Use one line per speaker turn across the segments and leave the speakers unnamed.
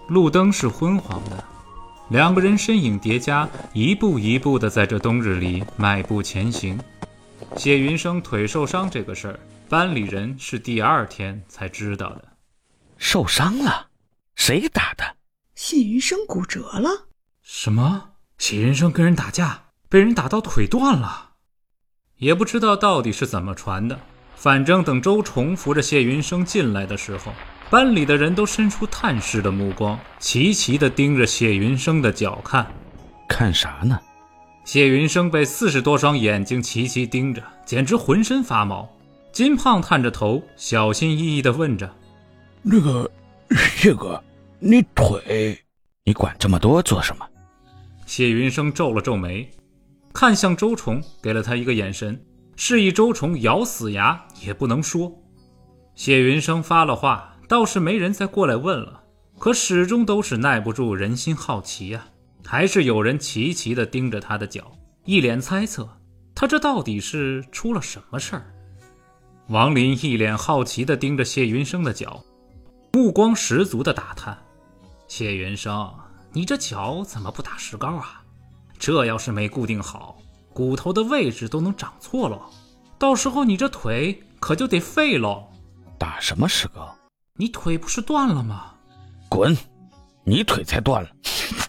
路灯是昏黄的，两个人身影叠加，一步一步地在这冬日里迈步前行。谢云生腿受伤这个事儿，班里人是第2天才知道的。
受伤了？谁打的？
谢云生骨折了？
什么？谢云生跟人打架，被人打到腿断了？也不知道到底是怎么传的，反正等周崇扶着谢云生进来的时候，班里的人都伸出探视的目光，齐齐地盯着谢云生的脚看。
看啥呢？
谢云生被40多双眼睛齐齐盯着，简直浑身发毛。金胖探着头，小心翼翼地问着：
那个谢哥，你腿……
你管这么多做什么？
谢云生皱了皱眉，看向周崇，给了他一个眼神，示意周崇咬死牙也不能说。谢云生发了话，倒是没人再过来问了，可始终都是耐不住人心好奇啊，还是有人齐齐地盯着他的脚，一脸猜测他这到底是出了什么事儿。王林一脸好奇地盯着谢云生的脚，目光十足地打探：谢云生，你这脚怎么不打石膏啊？这要是没固定好，骨头的位置都能长错了，到时候你这腿可就得废喽。
打什么石膏？
你腿不是断了吗？
滚！你腿才断了。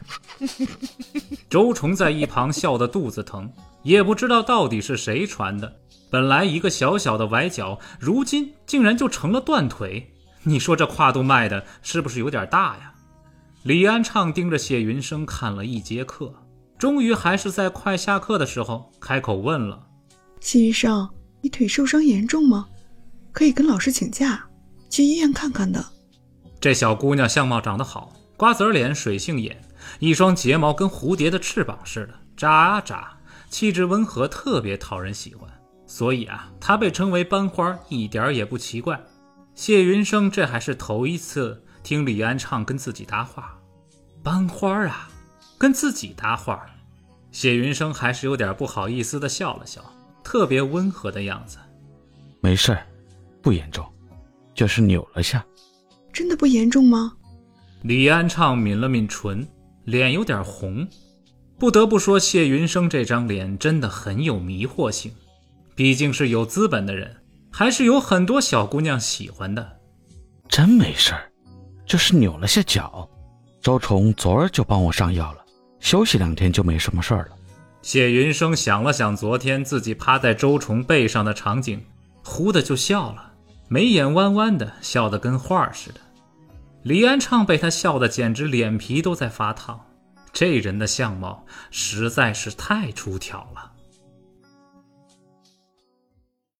周崇在一旁笑得肚子疼，也不知道到底是谁传的，本来一个小小的崴脚，如今竟然就成了断腿。你说这跨度迈的是不是有点大呀？李安畅盯着谢云生看了1节课，终于还是在快下课的时候开口问了：
谢云生，你腿受伤严重吗？可以跟老师请假，去医院看看的。
这小姑娘相貌长得好，瓜子脸，水性眼，一双睫毛跟蝴蝶的翅膀似的，眨啊眨，气质温和，特别讨人喜欢。所以啊，她被称为班花一点也不奇怪。谢云生这还是头一次听李安畅跟自己搭话。班花啊，跟自己搭话。谢云生还是有点不好意思地笑了笑，特别温和的样子。
没事，不严重，就是扭了下。
真的不严重吗？
李安畅抿了抿唇，脸有点红。不得不说，谢云生这张脸真的很有迷惑性，毕竟是有资本的人，还是有很多小姑娘喜欢的。
真没事，就是扭了下脚。周崇昨儿就帮我上药了，休息2天就没什么事了。
谢云生想了想昨天自己趴在周崇背上的场景，忽的就笑了，眉眼弯弯的，笑得跟画似的。李安畅被他笑得简直脸皮都在发烫，这人的相貌实在是太出挑了。